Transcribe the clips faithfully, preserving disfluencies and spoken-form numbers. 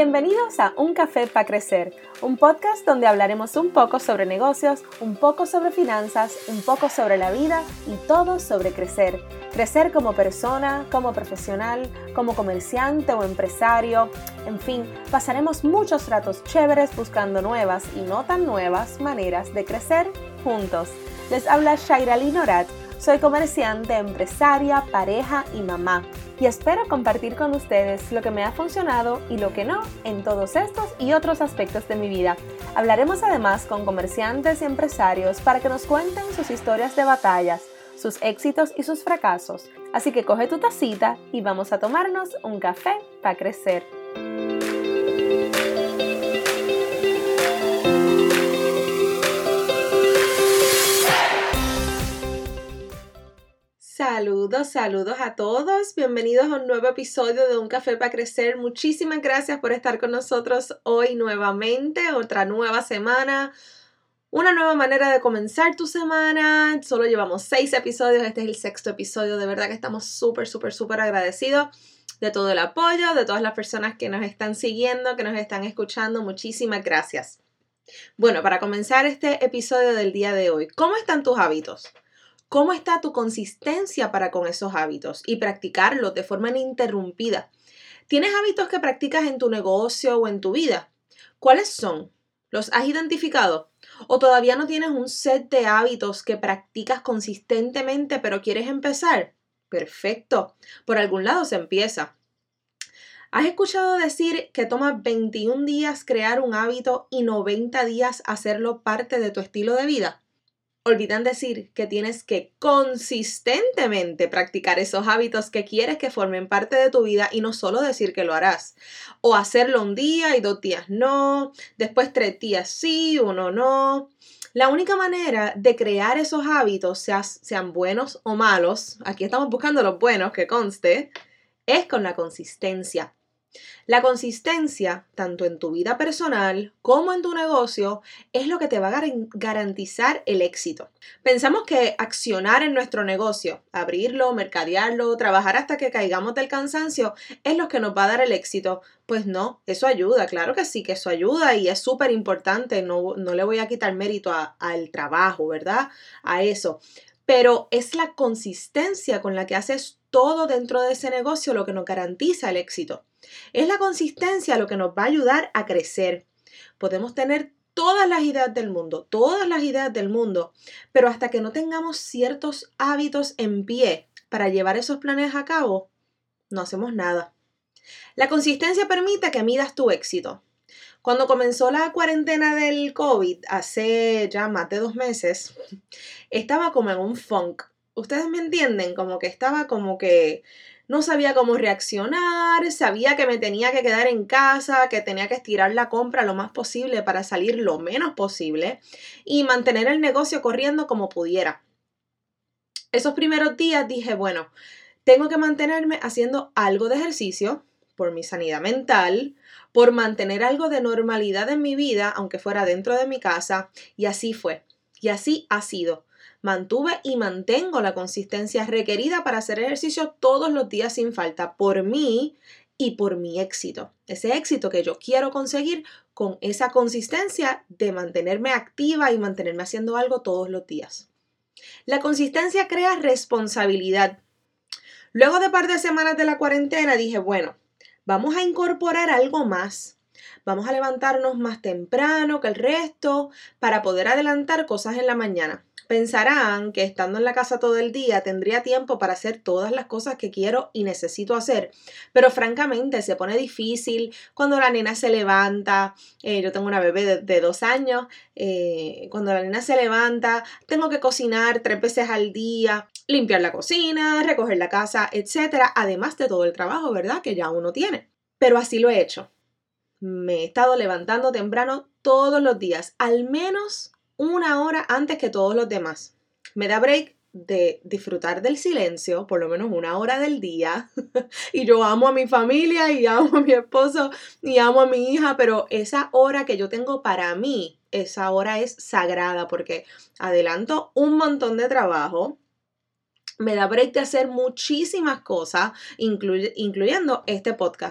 Bienvenidos a Un Café para Crecer, un podcast donde hablaremos un poco sobre negocios, un poco sobre finanzas, un poco sobre la vida y todo sobre crecer. Crecer como persona, como profesional, como comerciante o empresario. En fin, pasaremos muchos ratos chéveres buscando nuevas y no tan nuevas maneras de crecer juntos. Les habla Shairali Norat. Soy comerciante, empresaria, pareja y mamá y espero compartir con ustedes lo que me ha funcionado y lo que no en todos estos y otros aspectos de mi vida. Hablaremos además con comerciantes y empresarios para que nos cuenten sus historias de batallas, sus éxitos y sus fracasos. Así que coge tu tacita y vamos a tomarnos un café para crecer. Saludos, saludos a todos. Bienvenidos a un nuevo episodio de Un Café para Crecer. Muchísimas gracias por estar con nosotros hoy nuevamente, otra nueva semana, una nueva manera de comenzar tu semana. Solo llevamos seis episodios, este es el sexto episodio. De verdad que estamos súper, súper, súper agradecidos de todo el apoyo, de todas las personas que nos están siguiendo, que nos están escuchando. Muchísimas gracias. Bueno, para comenzar este episodio del día de hoy, ¿cómo están tus hábitos? ¿Cómo está tu consistencia para con esos hábitos y practicarlos de forma ininterrumpida? ¿Tienes hábitos que practicas en tu negocio o en tu vida? ¿Cuáles son? ¿Los has identificado? ¿O todavía no tienes un set de hábitos que practicas consistentemente pero quieres empezar? Perfecto, por algún lado se empieza. ¿Has escuchado decir que toma veintiún días crear un hábito y noventa días hacerlo parte de tu estilo de vida? Olvidan decir que tienes que consistentemente practicar esos hábitos que quieres que formen parte de tu vida y no solo decir que lo harás. O hacerlo un día y dos días no, después tres días sí, uno no. La única manera de crear esos hábitos, seas, sean buenos o malos, aquí estamos buscando los buenos, que conste, es con la consistencia. La consistencia, tanto en tu vida personal como en tu negocio, es lo que te va a gar- garantizar el éxito. Pensamos que accionar en nuestro negocio, abrirlo, mercadearlo, trabajar hasta que caigamos del cansancio, es lo que nos va a dar el éxito. Pues no, eso ayuda, claro que sí, que eso ayuda y es súper importante, no, no le voy a quitar mérito a- al trabajo, ¿verdad? A eso. Pero es la consistencia con la que haces todo dentro de ese negocio lo que nos garantiza el éxito. Es la consistencia lo que nos va a ayudar a crecer. Podemos tener todas las ideas del mundo, todas las ideas del mundo, pero hasta que no tengamos ciertos hábitos en pie para llevar esos planes a cabo, no hacemos nada. La consistencia permite que midas tu éxito. Cuando comenzó la cuarentena del COVID, hace ya más de dos meses, estaba como en un funk. ¿Ustedes me entienden? Como que estaba como que no sabía cómo reaccionar, sabía que me tenía que quedar en casa, que tenía que estirar la compra lo más posible para salir lo menos posible y mantener el negocio corriendo como pudiera. Esos primeros días dije, bueno, tengo que mantenerme haciendo algo de ejercicio por mi sanidad mental, por mantener algo de normalidad en mi vida, aunque fuera dentro de mi casa, y así fue. Y así ha sido. Mantuve y mantengo la consistencia requerida para hacer ejercicio todos los días sin falta, por mí y por mi éxito. Ese éxito que yo quiero conseguir con esa consistencia de mantenerme activa y mantenerme haciendo algo todos los días. La consistencia crea responsabilidad. Luego de un par de semanas de la cuarentena dije, bueno, vamos a incorporar algo más. Vamos a levantarnos más temprano que el resto para poder adelantar cosas en la mañana. Pensarán que estando en la casa todo el día tendría tiempo para hacer todas las cosas que quiero y necesito hacer, pero francamente se pone difícil cuando la nena se levanta. Eh, yo tengo una bebé de, de dos años, eh, cuando la nena se levanta tengo que cocinar tres veces al día, limpiar la cocina, recoger la casa, etcétera, además de todo el trabajo, ¿verdad?, que ya uno tiene. Pero así lo he hecho. Me he estado levantando temprano todos los días, al menos una hora antes que todos los demás. Me da break de disfrutar del silencio, por lo menos una hora del día. Y yo amo a mi familia y amo a mi esposo y amo a mi hija, pero esa hora que yo tengo para mí, esa hora es sagrada porque adelanto un montón de trabajo. Me da break de hacer muchísimas cosas, incluye, incluyendo este podcast.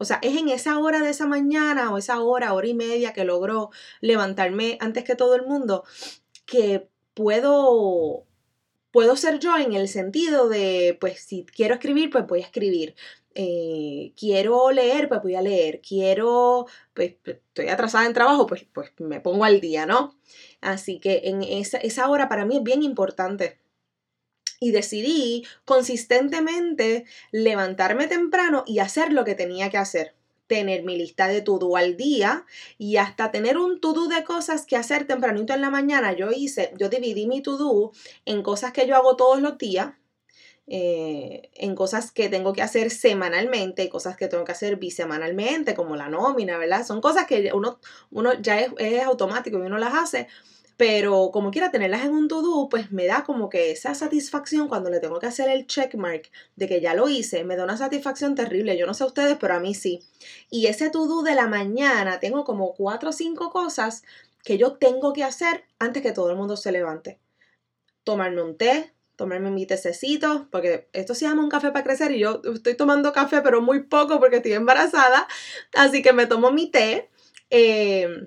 O sea, es en esa hora de esa mañana o esa hora, hora y media que logro levantarme antes que todo el mundo, que puedo, puedo ser yo en el sentido de, pues si quiero escribir, pues voy a escribir. Eh, quiero leer, pues voy a leer. Quiero, pues estoy atrasada en trabajo, pues, pues me pongo al día, ¿no? Así que en esa, esa hora para mí es bien importante. Y decidí consistentemente levantarme temprano y hacer lo que tenía que hacer. Tener mi lista de to-do al día y hasta tener un to-do de cosas que hacer tempranito en la mañana. Yo hice, yo dividí mi to-do en cosas que yo hago todos los días, eh, en cosas que tengo que hacer semanalmente y cosas que tengo que hacer bisemanalmente, como la nómina, ¿verdad? Son cosas que uno, uno ya es, es automático y uno las hace. Pero como quiera tenerlas en un to-do, pues me da como que esa satisfacción cuando le tengo que hacer el checkmark de que ya lo hice, me da una satisfacción terrible. Yo no sé a ustedes, pero a mí sí. Y ese to-do de la mañana, tengo como cuatro o cinco cosas que yo tengo que hacer antes que todo el mundo se levante. Tomarme un té, tomarme mi tececito, porque esto se llama un café para crecer y yo estoy tomando café, pero muy poco porque estoy embarazada. Así que me tomo mi té. Eh,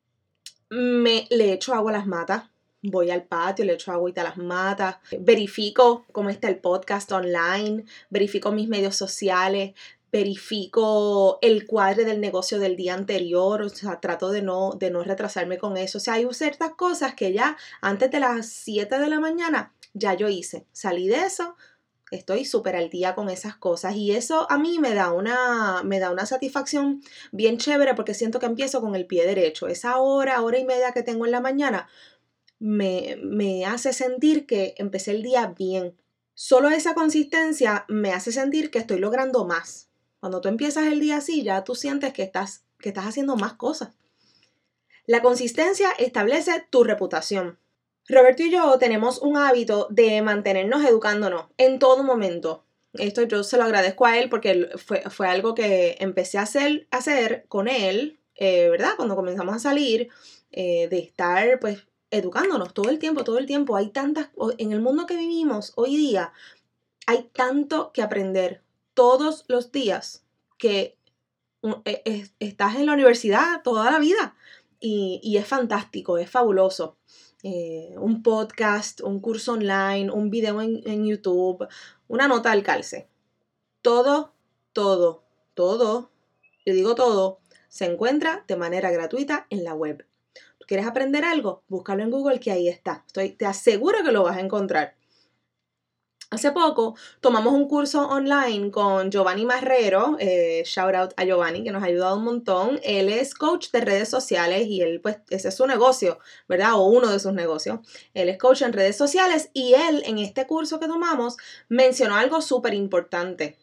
Me, le echo agua a las matas, voy al patio, le echo agüita a las matas, verifico cómo está el podcast online, verifico mis medios sociales, verifico el cuadre del negocio del día anterior, o sea, trato de no, de no retrasarme con eso. O sea, hay ciertas cosas que ya antes de las siete de la mañana ya yo hice, salí de eso. Estoy súper al día con esas cosas y eso a mí me da una, me da una satisfacción bien chévere porque siento que empiezo con el pie derecho. Esa hora, hora y media que tengo en la mañana me, me hace sentir que empecé el día bien. Solo esa consistencia me hace sentir que estoy logrando más. Cuando tú empiezas el día así, ya tú sientes que estás, que estás haciendo más cosas. La consistencia establece tu reputación. Roberto y yo tenemos un hábito de mantenernos educándonos en todo momento. Esto yo se lo agradezco a él porque fue, fue algo que empecé a hacer, hacer con él, eh, ¿verdad? Cuando comenzamos a salir, eh, de estar pues educándonos todo el tiempo, todo el tiempo. Hay tantas, en el mundo que vivimos hoy día, hay tanto que aprender todos los días que eh, eh, estás en la universidad toda la vida y, y es fantástico, es fabuloso. Eh, un podcast, un curso online, un video en, en YouTube, una nota al calce. Todo, todo, todo, yo digo todo, se encuentra de manera gratuita en la web. ¿Tú quieres aprender algo? Búscalo en Google que ahí está. Estoy, te aseguro que lo vas a encontrar. Hace poco tomamos un curso online con Giovanni Marrero, eh, shout out a Giovanni que nos ha ayudado un montón. Él es coach de redes sociales y él pues ese es su negocio, ¿verdad? O uno de sus negocios. Él es coach en redes sociales y él en este curso que tomamos mencionó algo súper importante.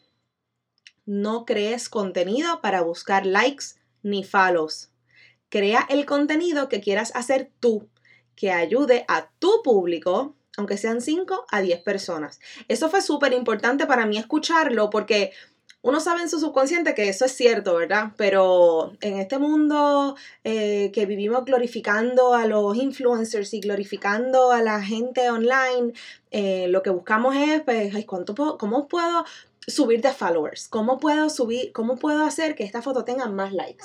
No crees contenido para buscar likes ni follows. Crea el contenido que quieras hacer tú, que ayude a tu público, aunque sean cinco a diez personas. Eso fue súper importante para mí escucharlo porque uno sabe en su subconsciente que eso es cierto, ¿verdad? Pero en este mundo eh, que vivimos glorificando a los influencers y glorificando a la gente online, eh, lo que buscamos es, pues, ay, ¿cuánto puedo, ¿cómo puedo subir de followers? ¿Cómo puedo subir, cómo puedo hacer que esta foto tenga más likes?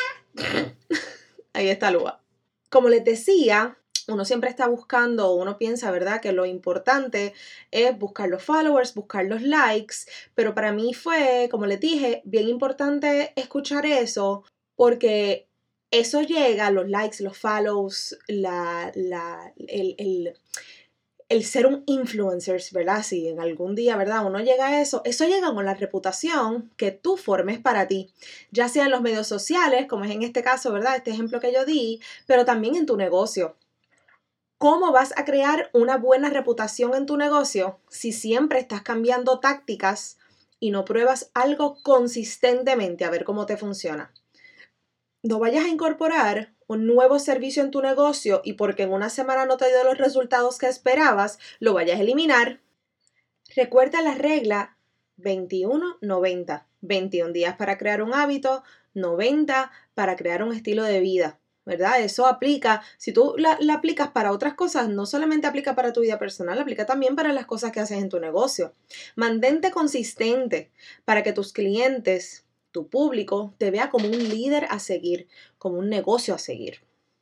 Ahí está Lua. Como les decía, uno siempre está buscando, uno piensa, ¿verdad?, que lo importante es buscar los followers, buscar los likes, pero para mí fue, como les dije, bien importante escuchar eso porque eso llega, los likes, los follows, la, la, el, el, el ser un influencer, ¿verdad? Si en algún día, ¿verdad?, uno llega a eso, eso llega con la reputación que tú formes para ti, ya sea en los medios sociales, como es en este caso, ¿verdad?, este ejemplo que yo di, pero también en tu negocio. ¿Cómo vas a crear una buena reputación en tu negocio si siempre estás cambiando tácticas y no pruebas algo consistentemente a ver cómo te funciona? No vayas a incorporar un nuevo servicio en tu negocio y porque en una semana no te dio los resultados que esperabas, lo vayas a eliminar. Recuerda la regla veintiuno noventa. veintiún días para crear un hábito, noventa para crear un estilo de vida, ¿verdad? Eso aplica, si tú la, la aplicas para otras cosas, no solamente aplica para tu vida personal, aplica también para las cosas que haces en tu negocio. Mantente consistente para que tus clientes tu público te vea como un líder a seguir, como un negocio a seguir.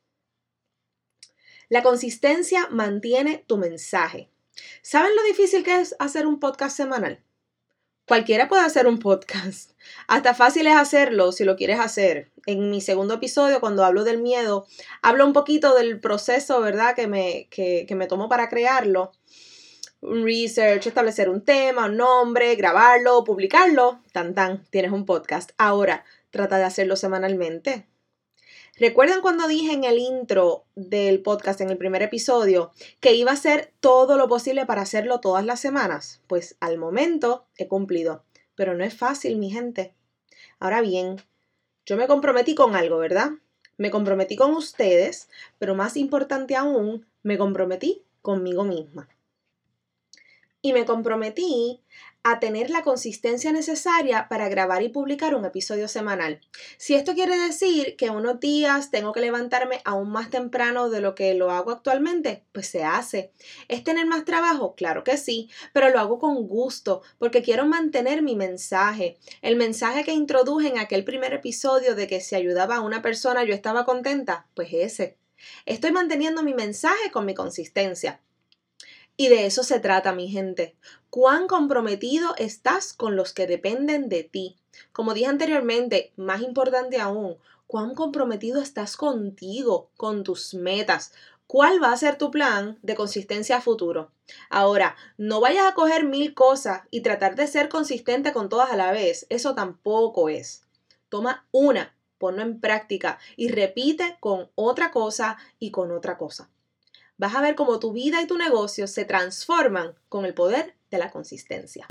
La consistencia mantiene tu mensaje. ¿Saben lo difícil que es hacer un podcast semanal? Cualquiera puede hacer un podcast. Hasta fácil es hacerlo si lo quieres hacer. En mi segundo episodio, cuando hablo del miedo, hablo un poquito del proceso, ¿verdad? Que me, que, que me tomó para crearlo. Un research, establecer un tema, un nombre, grabarlo, publicarlo. Tan tan, tienes un podcast. Ahora, trata de hacerlo semanalmente. ¿Recuerdan cuando dije en el intro del podcast, en el primer episodio, que iba a hacer todo lo posible para hacerlo todas las semanas? Pues al momento he cumplido, pero no es fácil, mi gente. Ahora bien, yo me comprometí con algo, ¿verdad? Me comprometí con ustedes, pero más importante aún, me comprometí conmigo misma. Y me comprometí a tener la consistencia necesaria para grabar y publicar un episodio semanal. Si esto quiere decir que unos días tengo que levantarme aún más temprano de lo que lo hago actualmente, pues se hace. ¿Es tener más trabajo? Claro que sí, pero lo hago con gusto porque quiero mantener mi mensaje. El mensaje que introduje en aquel primer episodio de que si ayudaba a una persona yo estaba contenta, pues ese. Estoy manteniendo mi mensaje con mi consistencia. Y de eso se trata, mi gente. ¿Cuán comprometido estás con los que dependen de ti? Como dije anteriormente, más importante aún, ¿cuán comprometido estás contigo, con tus metas? ¿Cuál va a ser tu plan de consistencia a futuro? Ahora, no vayas a coger mil cosas y tratar de ser consistente con todas a la vez. Eso tampoco es. Toma una, ponlo en práctica y repite con otra cosa y con otra cosa. Vas a ver cómo tu vida y tu negocio se transforman con el poder de la consistencia.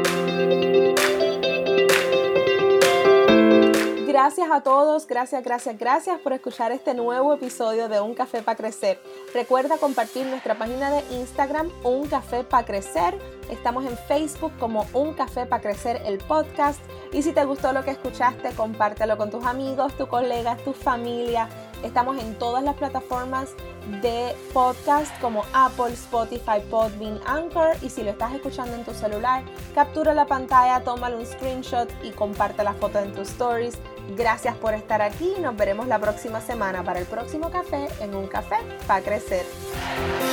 Gracias a todos, gracias, gracias, gracias por escuchar este nuevo episodio de Un Café para Crecer. Recuerda compartir nuestra página de Instagram, Un Café para Crecer. Estamos en Facebook como Un Café para Crecer, el podcast. Y si te gustó lo que escuchaste, compártelo con tus amigos, tus colegas, tu familia. Estamos en todas las plataformas de podcast como Apple, Spotify, Podbean, Anchor. Y si lo estás escuchando en tu celular, captura la pantalla, tómale un screenshot y comparte la foto en tus stories. Gracias por estar aquí. Nos veremos la próxima semana para el próximo café en Un Café para Crecer.